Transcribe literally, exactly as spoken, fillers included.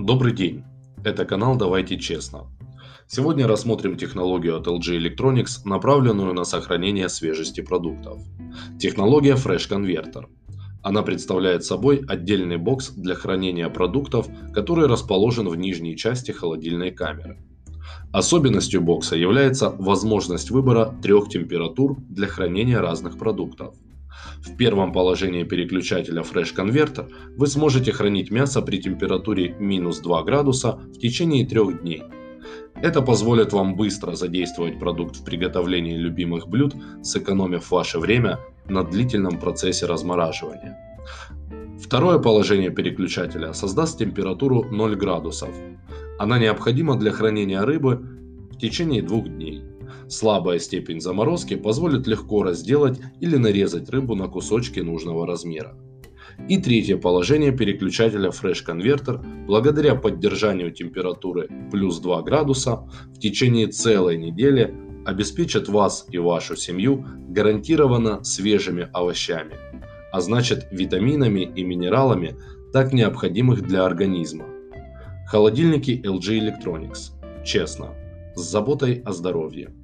Добрый день, это канал «Давайте честно». Сегодня рассмотрим технологию от эл джи Electronics, направленную на сохранение свежести продуктов. Технология Fresh Converter. Она представляет собой отдельный бокс для хранения продуктов, который расположен в нижней части холодильной камеры. Особенностью бокса является возможность выбора трех температур для хранения разных продуктов. В первом положении переключателя Fresh Converter вы сможете хранить мясо при температуре минус два градуса в течение трех дней. Это позволит вам быстро задействовать продукт в приготовлении любимых блюд, сэкономив ваше время на длительном процессе размораживания. Второе положение переключателя создаст температуру ноль градусов. Она необходима для хранения рыбы в течение двух дней. Слабая степень заморозки позволит легко разделать или нарезать рыбу на кусочки нужного размера. И третье положение переключателя Fresh Converter, благодаря поддержанию температуры плюс два градуса в течение целой недели, обеспечит вас и вашу семью гарантированно свежими овощами, а значит витаминами и минералами, так необходимых для организма. Холодильники эл джи Electronics. Честно. С заботой о здоровье.